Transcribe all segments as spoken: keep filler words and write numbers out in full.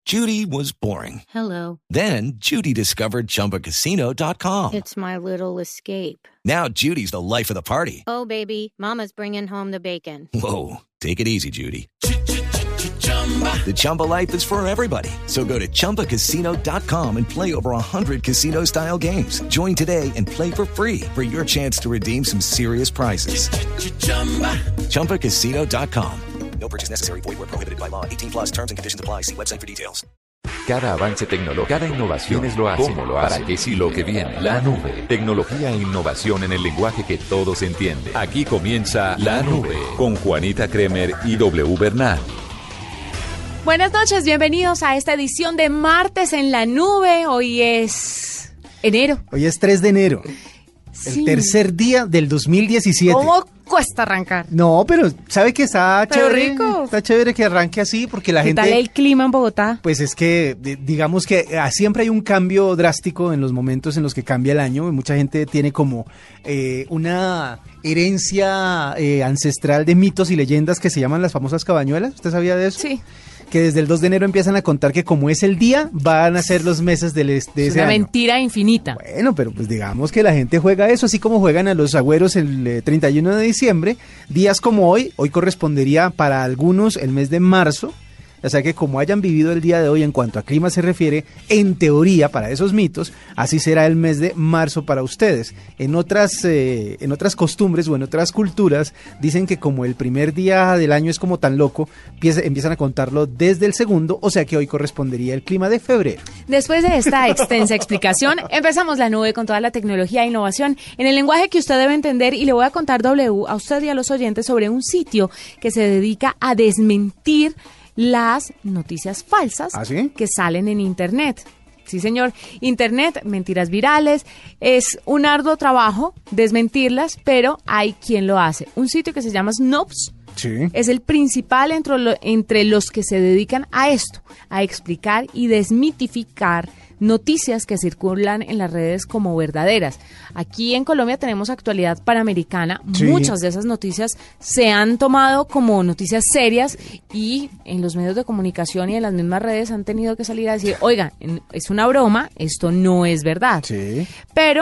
Judy was boring. Hello. Then Judy discovered Chumba Casino dot com. It's my little escape. Now Judy's the life of the party. Oh, baby, mama's bringing home the bacon. Whoa, take it easy, Judy. The Chumba life is for everybody. So go to Chumba Casino dot com and play over one hundred casino-style games. Join today and play for free for your chance to redeem some serious prizes. Chumba Casino dot com. No purchase necessary. Void where prohibited by law. eighteen plus terms and conditions apply. See website for details. Cada avance tecnológico, cada innovación es lo hace, cómo lo hace, para qué sí lo que viene. La nube, tecnología e innovación en el lenguaje que todos entienden. Aquí comienza La Nube con Juanita Kremer y W. Bernal. Buenas noches, bienvenidos a esta edición de Martes en la Nube. Hoy es enero. Hoy es tres de enero, Sí. el tercer día del dos mil diecisiete. ¿Cómo cuesta arrancar? No, pero ¿sabe que está Pero chévere? rico. Está chévere que arranque así porque la ¿Qué gente... tal el clima en Bogotá? Pues es que, de- digamos que ah, siempre hay un cambio drástico en los momentos en los que cambia el año. Mucha gente tiene como eh, una herencia eh, ancestral de mitos y leyendas que se llaman las famosas cabañuelas. ¿Usted sabía de eso? Sí. Que desde el dos de enero empiezan a contar que como es el día, van a ser los meses del, es- de Es ese una año. mentira infinita. Bueno, pero pues digamos que la gente juega eso, así como juegan a los agüeros el eh, treinta y uno de diciembre. Días como hoy, hoy correspondería para algunos el mes de marzo. O sea que como hayan vivido el día de hoy en cuanto a clima se refiere, en teoría para esos mitos, así será el mes de marzo para ustedes. En otras, eh, en otras costumbres o en otras culturas dicen que como el primer día del año es como tan loco, empieza- empiezan a contarlo desde el segundo, o sea que hoy correspondería el clima de febrero. Después de esta extensa explicación, empezamos la nube con toda la tecnología e innovación en el lenguaje que usted debe entender, y le voy a contar, W, a usted y a los oyentes sobre un sitio que se dedica a desmentir las noticias falsas ¿Ah, sí? que salen en Internet. Sí, señor. Internet, mentiras virales, es un arduo trabajo desmentirlas, pero hay quien lo hace. Un sitio que se llama Snopes Sí. es el principal entre, lo- entre los que se dedican a esto, a explicar y desmitificar noticias que circulan en las redes como verdaderas. Aquí en Colombia tenemos Actualidad Panamericana. Sí. Muchas de esas noticias se han tomado como noticias serias, y en los medios de comunicación y en las mismas redes han tenido que salir a decir, oigan, en- es una broma, esto no es verdad. Sí. Pero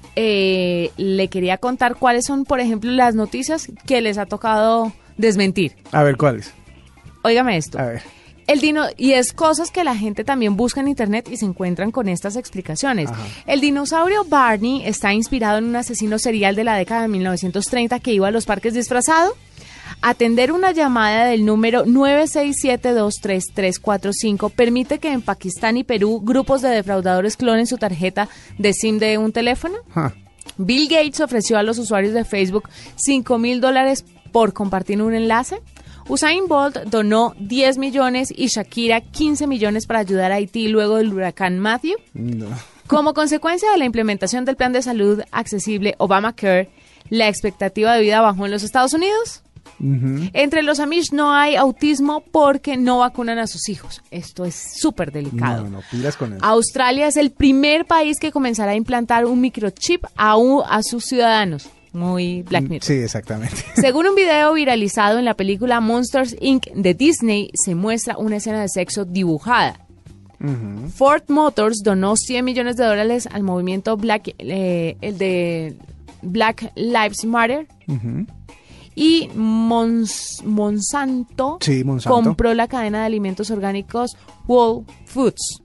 eh, le quería contar cuáles son, por ejemplo, las noticias que les ha tocado desmentir. A ver, ¿cuáles? Óigame esto. A ver. El dino y es cosas que la gente también busca en internet y se encuentran con estas explicaciones. Ajá. El dinosaurio Barney está inspirado en un asesino serial de la década de mil novecientos treinta que iba a los parques disfrazado. Atender una llamada del número nueve seis siete dos tres tres cuatro cinco permite que en Pakistán y Perú grupos de defraudadores clonen su tarjeta de SIM de un teléfono. Ah. Bill Gates ofreció a los usuarios de Facebook cinco mil dólares por compartir un enlace. Usain Bolt donó diez millones y Shakira quince millones para ayudar a Haití luego del huracán Matthew. No. Como consecuencia de la implementación del plan de salud accesible Obamacare, la expectativa de vida bajó en los Estados Unidos. Ujú. Entre los Amish no hay autismo porque no vacunan a sus hijos. Esto es súper delicado. No, no, pilas con eso. Australia es el primer país que comenzará a implantar un microchip a, u- a sus ciudadanos. Muy Black Mirror. Sí, exactamente. Según un video viralizado en la película Monsters incorporated de Disney, se muestra una escena de sexo dibujada. Ujú. Ford Motors donó cien millones de dólares al movimiento Black, eh, el de Black Lives Matter. Ujú. Y Mons- Monsanto, Sí, Monsanto. compró la cadena de alimentos orgánicos Whole Foods.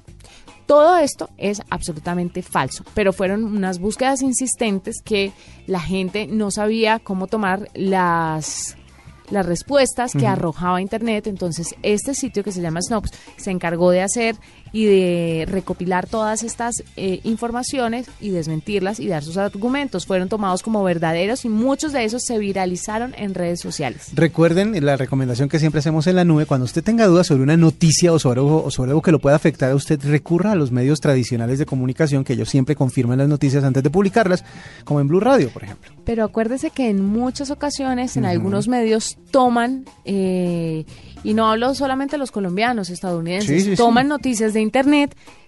Todo esto es absolutamente falso, pero fueron unas búsquedas insistentes que la gente no sabía cómo tomar las, las respuestas que Ujú. arrojaba Internet. Entonces, este sitio que se llama Snopes se encargó de hacer y de recopilar todas estas eh, informaciones y desmentirlas y dar sus argumentos. Fueron tomados como verdaderos y muchos de esos se viralizaron en redes sociales. Recuerden la recomendación que siempre hacemos en la nube: cuando usted tenga dudas sobre una noticia o sobre, algo, o sobre algo que lo pueda afectar a usted, recurra a los medios tradicionales de comunicación, que ellos siempre confirman las noticias antes de publicarlas, como en Blue Radio, por ejemplo. Pero acuérdese que en muchas ocasiones, en Ujú. algunos medios, toman, eh, y no hablo solamente de los colombianos, estadounidenses, Sí, sí, sí. toman noticias de Internet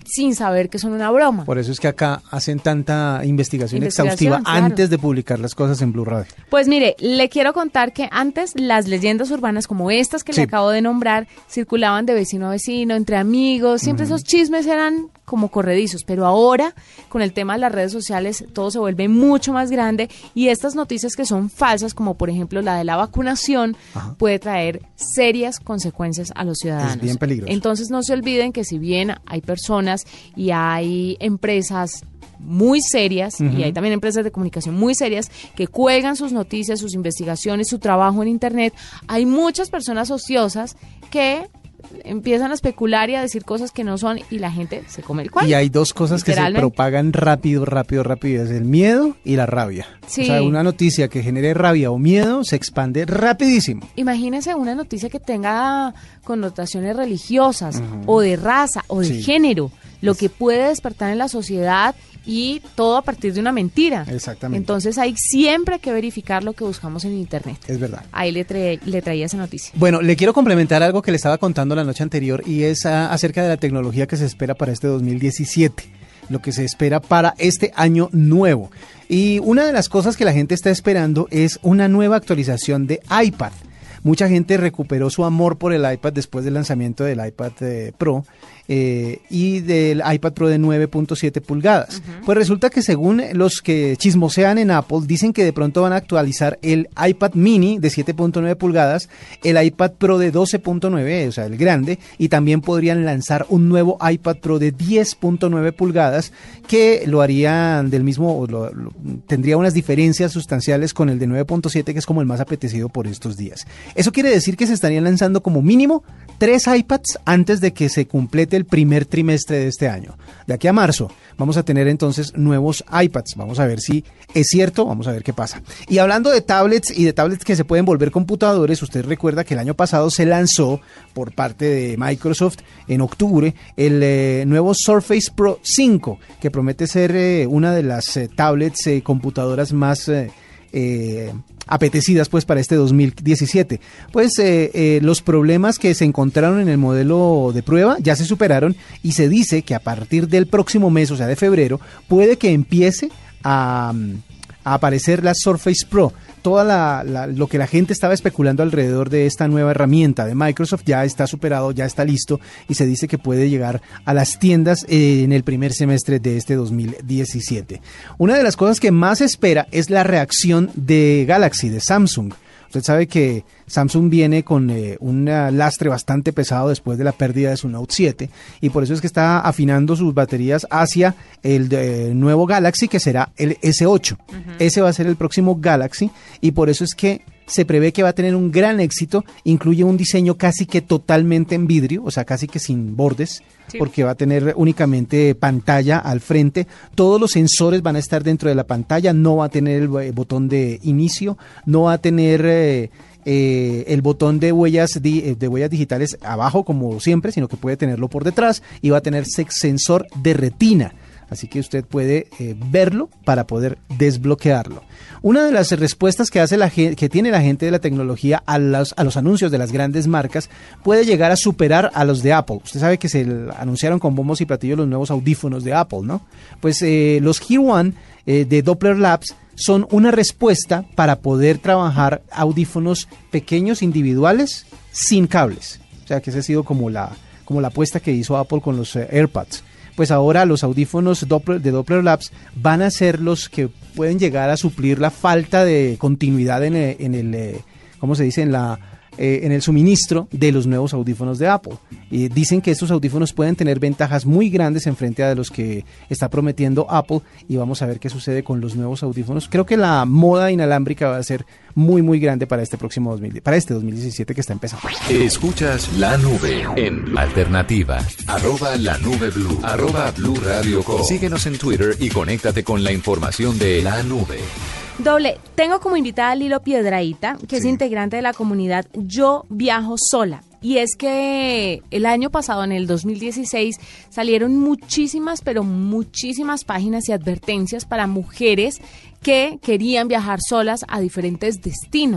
sin saber que son una broma. Por eso es que acá hacen tanta investigación, Investigación, exhaustiva claro. antes de publicar las cosas en Blue Radio. Pues mire, le quiero contar que antes las leyendas urbanas como estas que Sí. le acabo de nombrar circulaban de vecino a vecino, entre amigos, siempre esos chismes eran como corredizos, pero ahora con el tema de las redes sociales todo se vuelve mucho más grande y estas noticias que son falsas, como por ejemplo la de la vacunación, Ajá. puede traer serias consecuencias a los ciudadanos. Es bien peligroso. Entonces no se olviden que si bien hay personas y hay empresas muy serias, Ujú. y hay también empresas de comunicación muy serias que cuelgan sus noticias, sus investigaciones, su trabajo en Internet, hay muchas personas ociosas que empiezan a especular y a decir cosas que no son y la gente se come el cuento. Y hay dos cosas que se Literalmente. propagan rápido, rápido, rápido. Es el miedo y la rabia. Sí. O sea, una noticia que genere rabia o miedo se expande rapidísimo. Imagínense una noticia que tenga connotaciones religiosas o de raza o de Sí. género, lo que puede despertar en la sociedad y todo a partir de una mentira. Exactamente. Entonces hay siempre que verificar lo que buscamos en Internet. Es verdad. Ahí le, tra- le traía esa noticia. Bueno, le quiero complementar algo que le estaba contando la noche anterior y es ah, acerca de la tecnología que se espera para este dos mil diecisiete, lo que se espera para este año nuevo. Y una de las cosas que la gente está esperando es una nueva actualización de iPad. Mucha gente recuperó su amor por el iPad después del lanzamiento del iPad eh, Pro eh, y del iPad Pro de nueve punto siete pulgadas. Uh-huh. Pues resulta que según los que chismosean en Apple, dicen que de pronto van a actualizar el iPad mini de siete punto nueve pulgadas, el iPad Pro de doce punto nueve, o sea, el grande, y también podrían lanzar un nuevo iPad Pro de diez punto nueve pulgadas que lo harían del mismo, lo, lo, tendría unas diferencias sustanciales con el de nueve punto siete, que es como el más apetecido por estos días. Eso quiere decir que se estarían lanzando como mínimo tres iPads antes de que se complete el primer trimestre de este año. De aquí a marzo vamos a tener entonces nuevos iPads. Vamos a ver si es cierto, vamos a ver qué pasa. Y hablando de tablets y de tablets que se pueden volver computadores, usted recuerda que el año pasado se lanzó por parte de Microsoft en octubre el eh, nuevo Surface Pro cinco, que promete ser eh, una de las eh, tablets eh, computadoras más eh, eh, apetecidas pues para este dos mil diecisiete. Pues eh, eh, los problemas que se encontraron en el modelo de prueba ya se superaron y se dice que a partir del próximo mes, o sea de febrero, puede que empiece a, a aparecer la Surface Pro. Toda la, la, lo que la gente estaba especulando alrededor de esta nueva herramienta de Microsoft ya está superado, ya está listo y se dice que puede llegar a las tiendas eh, en el primer semestre de este dos mil diecisiete. Una de las cosas que más se espera es la reacción de Galaxy, de Samsung. Usted sabe que Samsung viene con eh, un lastre bastante pesado después de la pérdida de su Note siete y por eso es que está afinando sus baterías hacia el de, nuevo Galaxy, que será el ese ocho. Uh-huh. Ese va a ser el próximo Galaxy y por eso es que se prevé que va a tener un gran éxito. Incluye un diseño casi que totalmente en vidrio, o sea, casi que sin bordes, sí, porque va a tener únicamente pantalla al frente. Todos los sensores van a estar dentro de la pantalla, no va a tener el botón de inicio, no va a tener eh, eh, el botón de huellas, di, de huellas digitales abajo como siempre, sino que puede tenerlo por detrás y va a tener sensor de retina. Así que usted puede eh, verlo para poder desbloquearlo. Una de las respuestas que hace la gente, que tiene la gente de la tecnología a los, a los anuncios de las grandes marcas puede llegar a superar a los de Apple. Usted sabe que se anunciaron con bombos y platillos los nuevos audífonos de Apple, ¿no? Pues eh, los Gear One eh, de Doppler Labs son una respuesta para poder trabajar audífonos pequeños individuales sin cables. O sea que esa ha sido como la, como la apuesta que hizo Apple con los eh, AirPods. Pues ahora los audífonos Doppler, de Doppler Labs van a ser los que pueden llegar a suplir la falta de continuidad en el, en el ¿cómo se dice? En la eh, en el suministro de los nuevos audífonos de Apple. Y dicen que estos audífonos pueden tener ventajas muy grandes en frente a los que está prometiendo Apple y vamos a ver qué sucede con los nuevos audífonos. Creo que la moda inalámbrica va a ser muy muy grande para este próximo dos mil, para este dos mil diecisiete que está empezando. Escuchas La Nube en Alternativa, arroba la nube blue, arroba Blue Radio Co. Síguenos en Twitter y conéctate con la información de La Nube. Doble, tengo como invitada a Lilo Piedrahita, que sí. es integrante de la comunidad Yo Viajo Sola. Y es que el año pasado, en el dos mil dieciséis, salieron muchísimas, pero muchísimas páginas y advertencias para mujeres que querían viajar solas a diferentes destinos.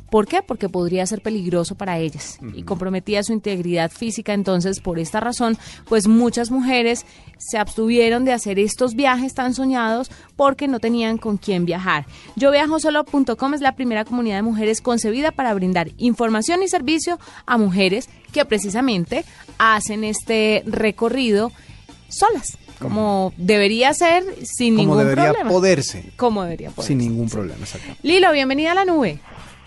¿Por qué? Porque podría ser peligroso para ellas y comprometía su integridad física. Entonces, por esta razón, pues muchas mujeres se abstuvieron de hacer estos viajes tan soñados porque no tenían con quién viajar. Yo Viajo Solo punto com es la primera comunidad de mujeres concebida para brindar información y servicio a mujeres que precisamente hacen este recorrido solas, como debería ser, sin como ningún debería problema. poderse. Como debería poderse. Sin ningún problema, exacto. Lilo, bienvenida a la nube.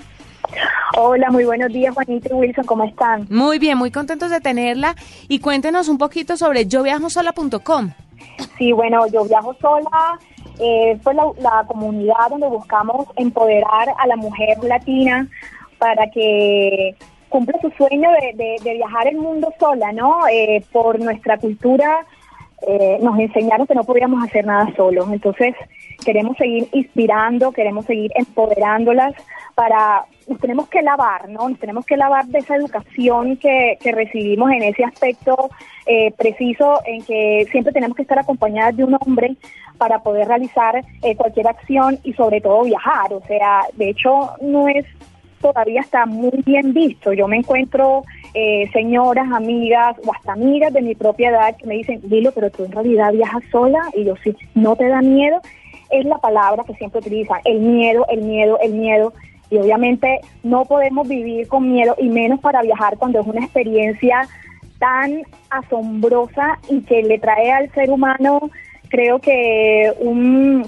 Hola, muy buenos días, Juanita y Wilson, ¿cómo están? Muy bien, muy contentos de tenerla. Y cuéntenos un poquito sobre Yo Viajo Sola punto com. Sí, bueno, Yo Viajo Sola eh, fue la, la comunidad donde buscamos empoderar a la mujer latina para que cumpla su sueño de, de, de viajar el mundo sola, ¿no? Eh, por nuestra cultura eh, nos enseñaron que no podíamos hacer nada solos. Entonces, queremos seguir inspirando, queremos seguir empoderándolas para... Nos tenemos que lavar, ¿no? Nos tenemos que lavar de esa educación que, que recibimos en ese aspecto eh, preciso en que siempre tenemos que estar acompañadas de un hombre para poder realizar eh, cualquier acción y sobre todo viajar. O sea, de hecho, no es todavía está muy bien visto. Yo me encuentro eh, señoras, amigas o hasta amigas de mi propia edad que me dicen, Lilo, pero tú en realidad viajas sola, y yo sí, ¿no te da miedo? Es la palabra que siempre utilizan, el miedo, el miedo, el miedo, y obviamente no podemos vivir con miedo, y menos para viajar cuando es una experiencia tan asombrosa y que le trae al ser humano, creo que un,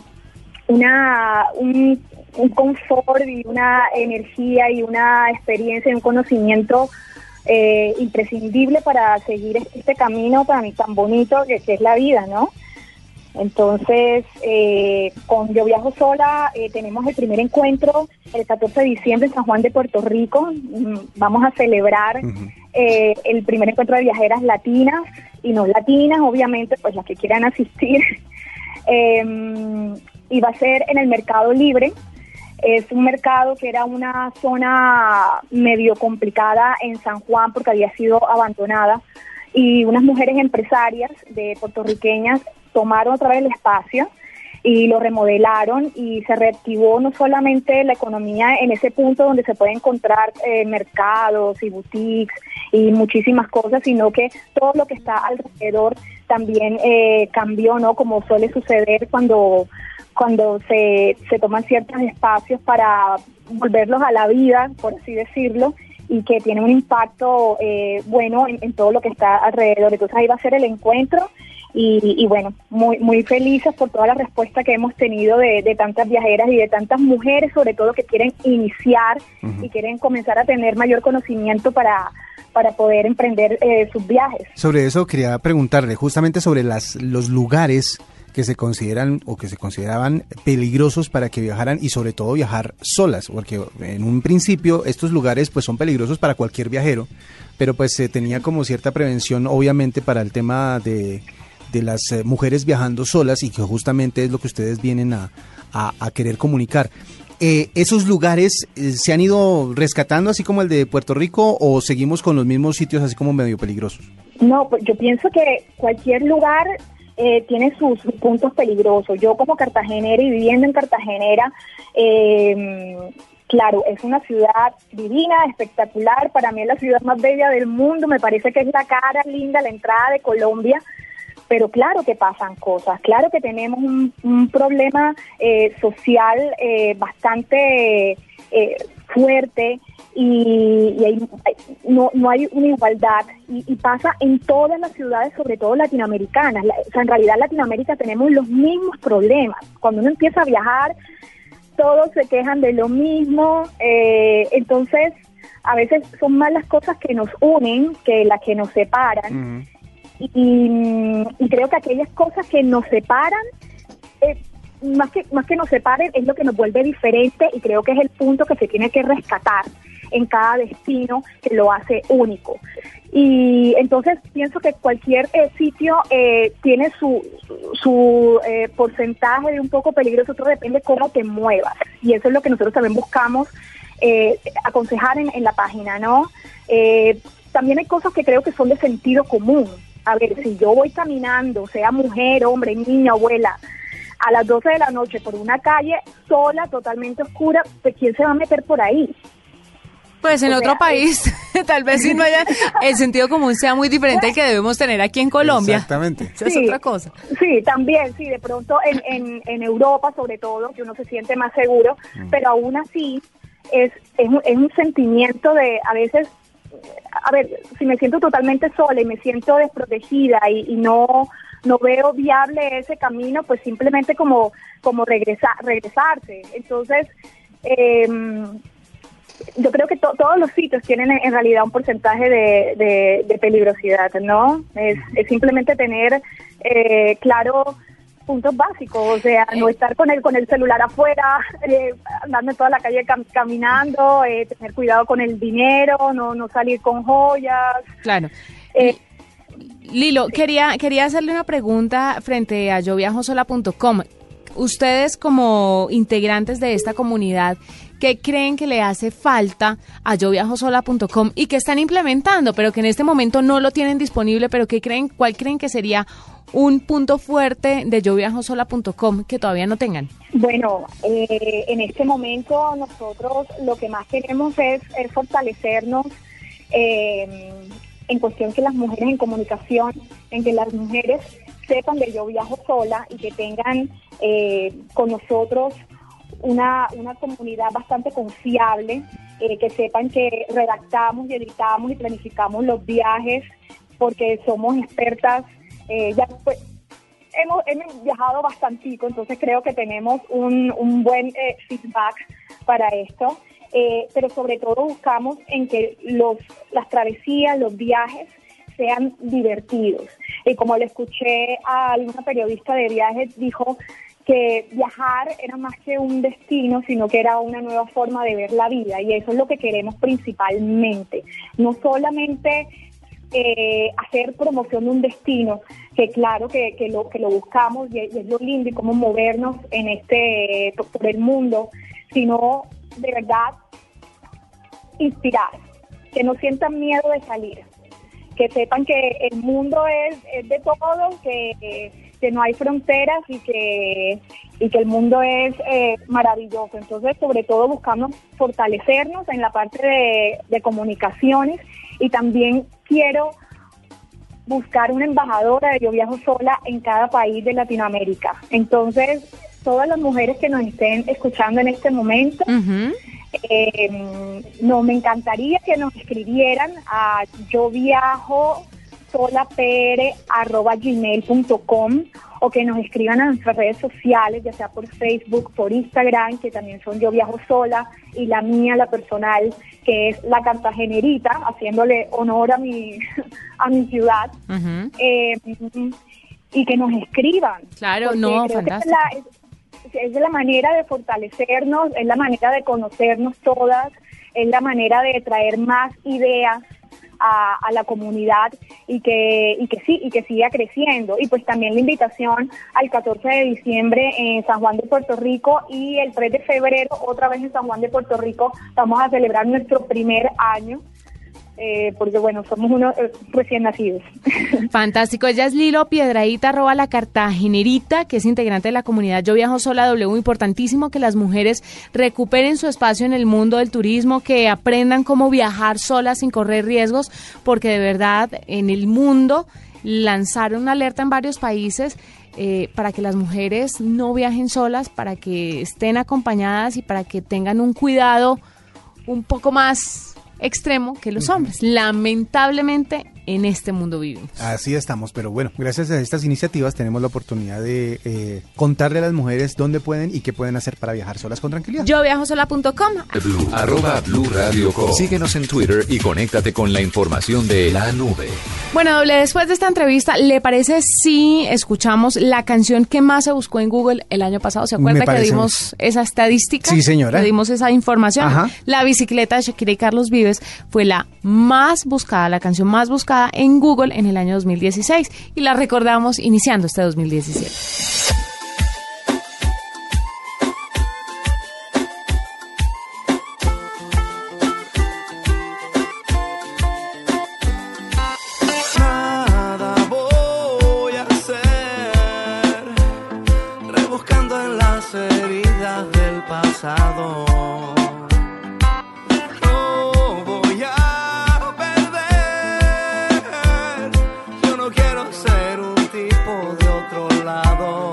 una, un, un confort y una energía y una experiencia y un conocimiento eh, imprescindible para seguir este camino para mí tan bonito que, que es la vida, ¿no? Entonces, eh, con Yo Viajo Sola eh, tenemos el primer encuentro el catorce de diciembre en San Juan de Puerto Rico. Mm, vamos a celebrar uh-huh. eh, el primer encuentro de viajeras latinas y no latinas, obviamente, pues las que quieran asistir. eh, y va a ser en el Mercado Libre. Es un mercado que era una zona medio complicada en San Juan porque había sido abandonada, y unas mujeres empresarias de puertorriqueñas tomaron otra vez el espacio y lo remodelaron, y se reactivó no solamente la economía en ese punto donde se puede encontrar eh, mercados y boutiques y muchísimas cosas, sino que todo lo que está alrededor también eh, cambió, ¿no? Como suele suceder cuando cuando se, se toman ciertos espacios para volverlos a la vida, por así decirlo, y que tiene un impacto eh, bueno en, en todo lo que está alrededor. Entonces ahí va a ser el encuentro. Y, y bueno, muy muy felices por toda la respuesta que hemos tenido de, de tantas viajeras y de tantas mujeres, sobre todo que quieren iniciar uh-huh. y quieren comenzar a tener mayor conocimiento para, para poder emprender eh, sus viajes. Sobre eso quería preguntarle, justamente sobre las los lugares que se consideran o que se consideraban peligrosos para que viajaran, y sobre todo viajar solas, porque en un principio estos lugares pues son peligrosos para cualquier viajero, pero pues se tenía como cierta prevención obviamente para el tema de... de las eh, mujeres viajando solas, y que justamente es lo que ustedes vienen a, a, a querer comunicar. Eh, ¿Esos lugares eh, se han ido rescatando así como el de Puerto Rico, o seguimos con los mismos sitios así como medio peligrosos? No, pues yo pienso que cualquier lugar eh, tiene sus, sus puntos peligrosos. Yo como cartagenera y viviendo en Cartagenera, eh, claro, es una ciudad divina, espectacular. Para mí es la ciudad más bella del mundo. Me parece que es la cara linda, la entrada de Colombia. Pero claro que pasan cosas, claro que tenemos un, un problema eh, social eh, bastante eh, fuerte, y, y hay, no, no hay una igualdad, y, y pasa en todas las ciudades, sobre todo latinoamericanas. La, o sea, en realidad en Latinoamérica tenemos los mismos problemas. Cuando uno empieza a viajar, todos se quejan de lo mismo, eh, entonces a veces son más las cosas que nos unen que las que nos separan. Uh-huh. Y, y creo que aquellas cosas que nos separan, eh, más que más que nos separen, es lo que nos vuelve diferente, y creo que es el punto que se tiene que rescatar en cada destino, que lo hace único. Y entonces pienso que cualquier eh, sitio eh, tiene su su eh, porcentaje de un poco peligroso, otro depende cómo te muevas, y eso es lo que nosotros también buscamos eh, aconsejar en, en la página, ¿no? Eh, también hay cosas que creo que son de sentido común. A ver, si yo voy caminando, sea mujer, hombre, niña, abuela, a las doce de la noche por una calle sola, totalmente oscura, pues ¿quién se va a meter por ahí? Pues en O otro sea, país, tal vez si no haya, el sentido común sea muy diferente al que debemos tener aquí en Colombia. Exactamente. Esa es Sí, otra cosa. Sí, también, sí, de pronto en, en, en Europa sobre todo, que uno se siente más seguro, mm. pero aún así es, es, un, es un sentimiento de, a veces, a ver, si me siento totalmente sola y me siento desprotegida y, y no no veo viable ese camino, pues simplemente como, como regresar, regresarse. Entonces, eh, yo creo que to, todos los sitios tienen en realidad un porcentaje de, de, de peligrosidad, ¿no? Es, es simplemente tener eh, claro puntos básicos, o sea, no estar con el con el celular afuera, eh, andando en toda la calle cam caminando, eh, tener cuidado con el dinero, no no salir con joyas. Claro. Eh, Lilo, quería quería hacerle una pregunta frente a yo viajo sola punto com. Ustedes como integrantes de esta comunidad, ¿qué creen que le hace falta a yo viajo sola punto com y que están implementando, pero que en este momento no lo tienen disponible, pero qué creen, cuál creen que sería un punto fuerte de yo viajo sola punto com que todavía no tengan? Bueno, eh, en este momento nosotros lo que más queremos es, es fortalecernos eh, en cuestión que las mujeres en comunicación, en que las mujeres sepan de Yo Viajo Sola y que tengan eh, con nosotros una, una comunidad bastante confiable, eh, que sepan que redactamos y editamos y planificamos los viajes porque somos expertas, eh, ya pues, hemos, hemos viajado bastantico, entonces creo que tenemos un, un buen eh, feedback para esto. Eh, pero sobre todo buscamos en que los las travesías, los viajes sean divertidos. Y como le escuché a alguna periodista de viajes, dijo que viajar era más que un destino, sino que era una nueva forma de ver la vida, y eso es lo que queremos principalmente. No solamente eh, hacer promoción de un destino, que claro que, que, lo, que lo buscamos y es, y es lo lindo y cómo movernos en este por, por el mundo, sino de verdad inspirar, que no sientan miedo de salir, que sepan que el mundo es, es de todos, que, que no hay fronteras y que y que el mundo es eh, maravilloso. Entonces, sobre todo buscamos fortalecernos en la parte de, de comunicaciones, y también quiero buscar una embajadora de Yo Viajo Sola en cada país de Latinoamérica. Entonces, todas las mujeres que nos estén escuchando en este momento, uh-huh. eh, no, me encantaría que nos escribieran a yo viajo sola p r arroba gmail punto com, o que nos escriban a nuestras redes sociales, ya sea por Facebook, por Instagram, que también son Yo Viajo Sola, y la mía, la personal, que es La Cartagenerita, haciéndole honor a mi a mi ciudad. Uh-huh. eh, y que nos escriban. Claro, no, fantástico. Es la manera de fortalecernos, es la manera de conocernos todas, es la manera de traer más ideas a, a la comunidad, y que y que sí y que siga creciendo. Y pues también la invitación al catorce de diciembre en San Juan de Puerto Rico, y el tres de febrero otra vez en San Juan de Puerto Rico vamos a celebrar nuestro primer año. Eh, porque bueno, somos unos eh, recién nacidos. Fantástico. Ella es Lilo Piedrahíta, arroba La Cartagenerita, que es integrante de la comunidad Yo Viajo Sola W. Importantísimo que las mujeres recuperen su espacio en el mundo del turismo, que aprendan cómo viajar solas sin correr riesgos, porque de verdad en el mundo lanzaron una alerta en varios países eh, para que las mujeres no viajen solas, para que estén acompañadas y para que tengan un cuidado un poco más extremo que los hombres. Lamentablemente en este mundo vivimos. Así estamos, pero bueno, gracias a estas iniciativas tenemos la oportunidad de eh, contarle a las mujeres dónde pueden y qué pueden hacer para viajar solas con tranquilidad. yo viajo sola punto com. Blue, arroba Blue Radio Com. Síguenos en Twitter y conéctate con la información de la nube. Bueno, doble, después de esta entrevista, ¿le parece si escuchamos la canción que más se buscó en Google el año pasado? ¿Se acuerda que dimos esa estadística? Sí, señora. Que dimos esa información. Ajá. La bicicleta de Shakira y Carlos Vives fue la más buscada, la canción más buscada en Google en el año dos mil dieciséis, y la recordamos iniciando este dos mil diecisiete. Nada voy a hacer, rebuscando en las heridas del pasado. No quiero ser un tipo de otro lado.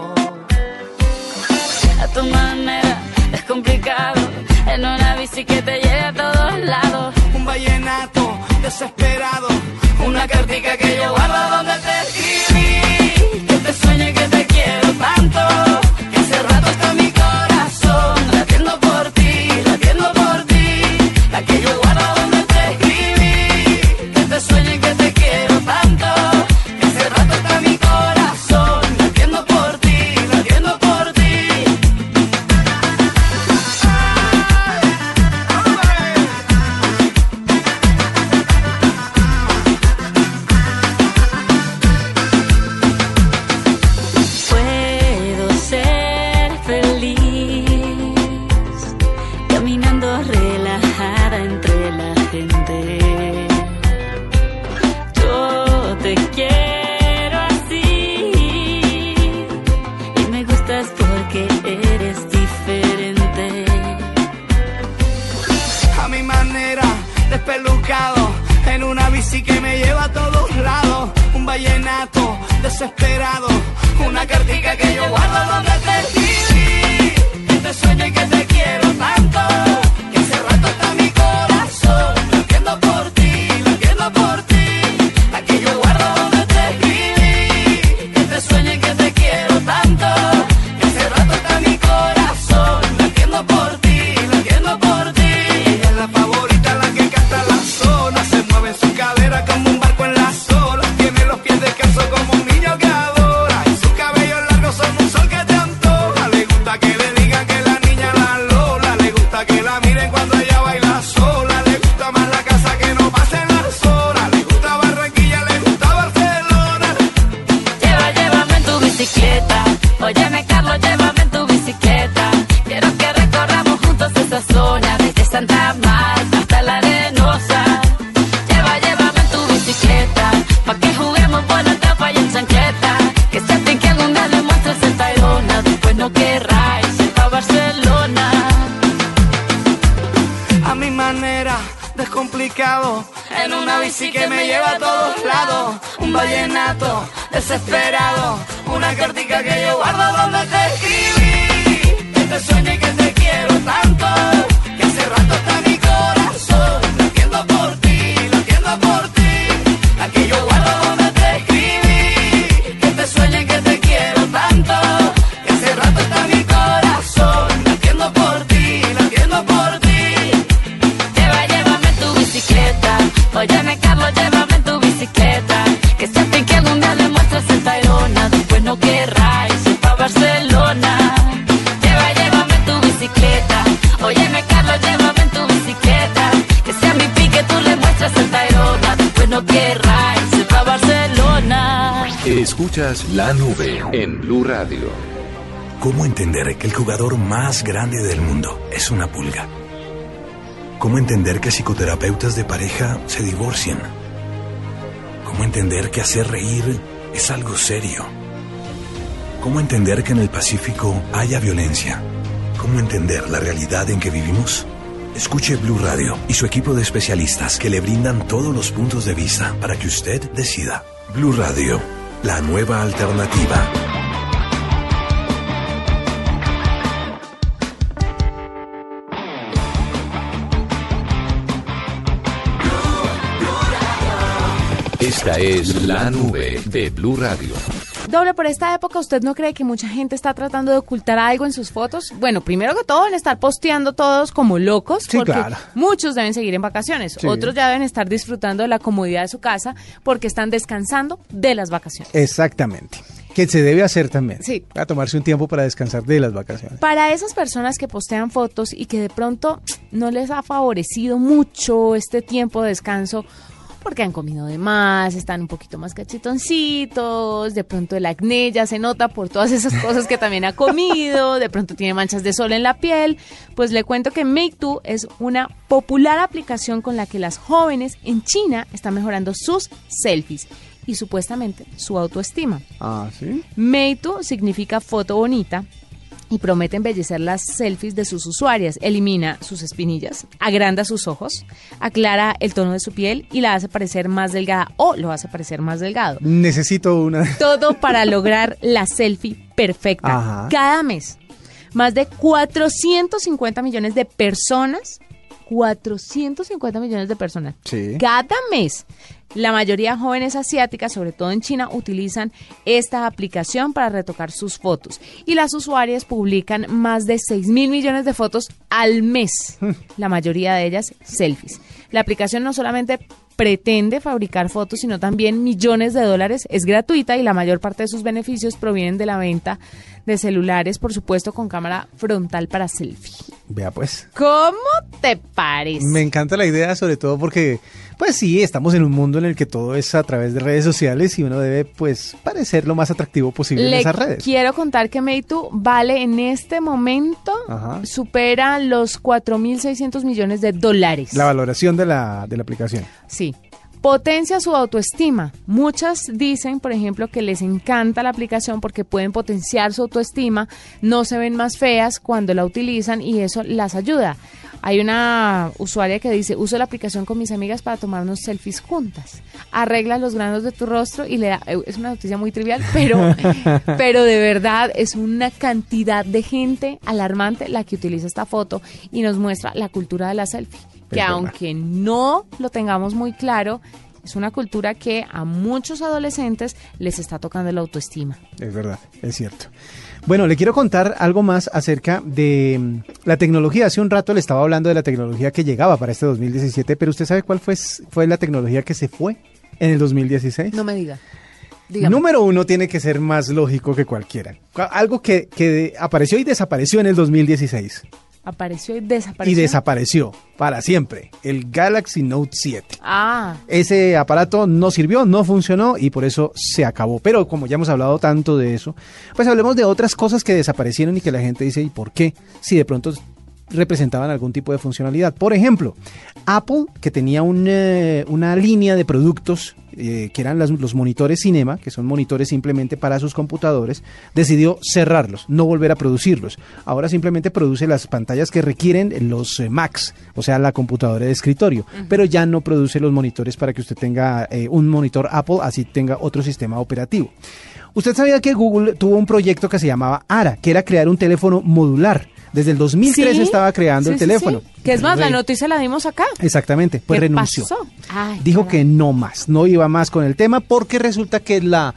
A tu manera es complicado, en una bici que te lleve a todos lados. Un vallenato desesperado, una cartica que yo guardo donde te escribí. Que te sueñe que te quiero tanto, que hace rato está mi corazón latiendo por ti, latiendo por ti. La que yo guardo donde te escribí. Que te sueñe que te quiero tanto, que hace rato está mi corazón latiendo por ti, latiendo por ti. Puedo ser feliz caminando relajada entre la gente. Yo te quiero así y me gustas porque eres diferente. A mi manera, despelucado, en una bici que me lleva a todos lados. Un vallenato desesperado, una cartica que yo guardo donde te escribí. Que te sueño y que te quiero tanto, que hace rato está mi corazón latiendo por ti, latiendo por ti. La que yo guardo donde te escribí. Que te sueño y que te quiero tanto, que hace rato está mi corazón latiendo por ti, latiendo por ti. Ella es la favorita, la que canta la zona, se mueve en su cadera como un barco en las olas. Tiene los pies descalzos como un niño que adora, y sus cabellos largos son un sol que te antoja. Le gusta que le digan que la niña la Lola, le gusta que la miren cuando ella baila sola. Le gusta más la casa que no pasen las horas, le gusta Barranquilla, le gusta Barcelona. Lleva, llévame en tu bicicleta. Óyeme, Carlos, llévame en tu bicicleta. Quiero que recorramos juntos esa zona, desde Santa Marta hasta la Arenosa. Lleva, llévame en tu bicicleta, pa' que juguemos por la tapa y en chancleta. Que se te que algún día le muestres el Tayrona, después no querráis ir pa' Barcelona. A mi manera, descomplicado, en una bici que me lleva a todos lados. Un vallenato desesperado, una cartica que yo guardo donde te escribí. Que te sueño y que te quiero tanto, que hace rato está mi corazón latiendo por ti, latiendo por ti. La que yo guardo donde te escribí. Que te sueño y que te quiero tanto, que hace rato está mi corazón latiendo por ti, latiendo por ti. Lleva, llévame en tu bicicleta. Óyeme, Carlos, llévame en tu bicicleta. Que se te que algún día le muestres el Tayrona, después no querráis ir pa' Barcelona. Lleva, llévame en tu bicicleta. Óyeme, Carlos, llévame en tu bicicleta. Que sea mi pique, tú le muestras el Tayrona, después no querráis ir pa' Barcelona. Escuchas La Nube en Blue Radio. ¿Cómo entender que el jugador más grande del mundo es una pulga? ¿Cómo entender que psicoterapeutas de pareja se divorcian? ¿Cómo entender que hacer reír es algo serio? ¿Cómo entender que en el Pacífico haya violencia? ¿Cómo entender la realidad en que vivimos? Escuche Blue Radio y su equipo de especialistas que le brindan todos los puntos de vista para que usted decida. Blue Radio, la nueva alternativa. Esta es La Nube de Blue Radio. Doble, por esta época, ¿usted no cree que mucha gente está tratando de ocultar algo en sus fotos? Bueno, primero que todo, en estar posteando todos como locos, Sí, porque claro. muchos deben seguir en vacaciones, Sí. otros ya deben estar disfrutando de la comodidad de su casa porque están descansando de las vacaciones. Exactamente. Que se debe hacer también. Sí. A tomarse un tiempo para descansar de las vacaciones. Para esas personas que postean fotos y que de pronto no les ha favorecido mucho este tiempo de descanso, porque han comido de más, están un poquito más cachetoncitos, de pronto el acné ya se nota por todas esas cosas que también ha comido, de pronto tiene manchas de sol en la piel, pues le cuento que Meitu es una popular aplicación con la que las jóvenes en China están mejorando sus selfies y supuestamente su autoestima. Ah, ¿sí? Meitu significa foto bonita y promete embellecer las selfies de sus usuarias. Elimina sus espinillas, agranda sus ojos, aclara el tono de su piel y la hace parecer más delgada o lo hace parecer más delgado. Necesito una. Todo para lograr la selfie perfecta. Ajá. Cada mes, más de cuatrocientos cincuenta millones de personas, cuatrocientos cincuenta millones de personas, Sí. cada mes. La mayoría jóvenes asiáticas, sobre todo en China, utilizan esta aplicación para retocar sus fotos. Y las usuarias publican más de seis mil millones de fotos al mes. La mayoría de ellas selfies. La aplicación no solamente pretende fabricar fotos, sino también millones de dólares. Es gratuita y la mayor parte de sus beneficios provienen de la venta de celulares, por supuesto, con cámara frontal para selfie. Vea pues. ¿Cómo te parece? Me encanta la idea, sobre todo porque, pues sí, estamos en un mundo en el que todo es a través de redes sociales y uno debe, pues, parecer lo más atractivo posible Le en esas redes. quiero contar que Meitu vale en este momento, Ajá. supera los cuatro mil seiscientos millones de dólares. La valoración de la, de la aplicación. Sí. Potencia su autoestima. Muchas dicen, por ejemplo, que les encanta la aplicación porque pueden potenciar su autoestima, no se ven más feas cuando la utilizan y eso las ayuda. Hay una usuaria que dice, uso la aplicación con mis amigas para tomarnos selfies juntas. Arregla los granos de tu rostro y le da, es una noticia muy trivial, pero, pero de verdad es una cantidad de gente alarmante la que utiliza esta foto y nos muestra la cultura de la selfie. Que verdad. aunque no lo tengamos muy claro, es una cultura que a muchos adolescentes les está tocando la autoestima. Es verdad, es cierto. Bueno, le quiero contar algo más acerca de mm, la tecnología. Hace un rato le estaba hablando de la tecnología que llegaba para este dos mil diecisiete, pero ¿usted sabe cuál fue, fue la tecnología que se fue en el dos mil dieciséis? No me diga. Dígame. Número uno tiene que ser más lógico que cualquiera. Algo que, que apareció y desapareció en el dos mil dieciséis. Apareció y desapareció. Y desapareció para siempre. El Galaxy Note siete. Ah. Ese aparato no sirvió, no funcionó y por eso se acabó. Pero como ya hemos hablado tanto de eso, pues hablemos de otras cosas que desaparecieron y que la gente dice, ¿y por qué? Si de pronto representaban algún tipo de funcionalidad. Por ejemplo, Apple, que tenía un, eh, una línea de productos eh, que eran las, los monitores Cinema, que son monitores simplemente para sus computadores, decidió cerrarlos, no volver a producirlos. Ahora simplemente produce las pantallas que requieren los eh, Macs, o sea, la computadora de escritorio, uh-huh. pero ya no produce los monitores para que usted tenga eh, un monitor Apple, así tenga otro sistema operativo. ¿Usted sabía que Google tuvo un proyecto que se llamaba Ara, que era crear un teléfono modular? Desde el dos mil tres ¿Sí? estaba creando sí, el sí, teléfono. Sí. Que es más, Re- la noticia la dimos acá. Exactamente, pues ¿Qué renunció. pasó? Ay, Dijo caray. que no más, no iba más con el tema porque resulta que la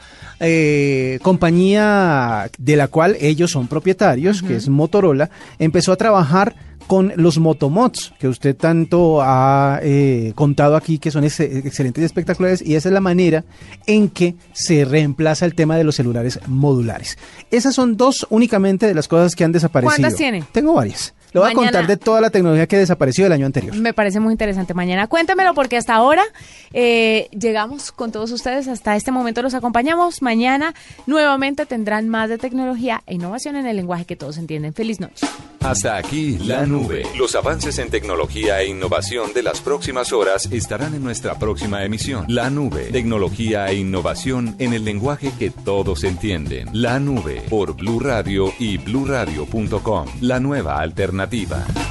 eh, compañía de la cual ellos son propietarios, uh-huh. que es Motorola, empezó a trabajar con los Motomods, que usted tanto ha eh, contado aquí, que son ex- excelentes y espectaculares, y esa es la manera en que se reemplaza el tema de los celulares modulares. Esas son dos únicamente de las cosas que han desaparecido. ¿Cuántas tiene? Tengo varias. Le voy Mañana. a contar de toda la tecnología que desapareció del año anterior. Me parece muy interesante. Mañana cuéntemelo porque hasta ahora eh, llegamos con todos ustedes. Hasta este momento los acompañamos. Mañana nuevamente tendrán más de tecnología e innovación en el lenguaje que todos entienden. Feliz noche. Hasta aquí La Nube. Los avances en tecnología e innovación de las próximas horas estarán en nuestra próxima emisión. La Nube. Tecnología e innovación en el lenguaje que todos entienden. La Nube por Blue Radio y blue radio punto com. La nueva alternativa.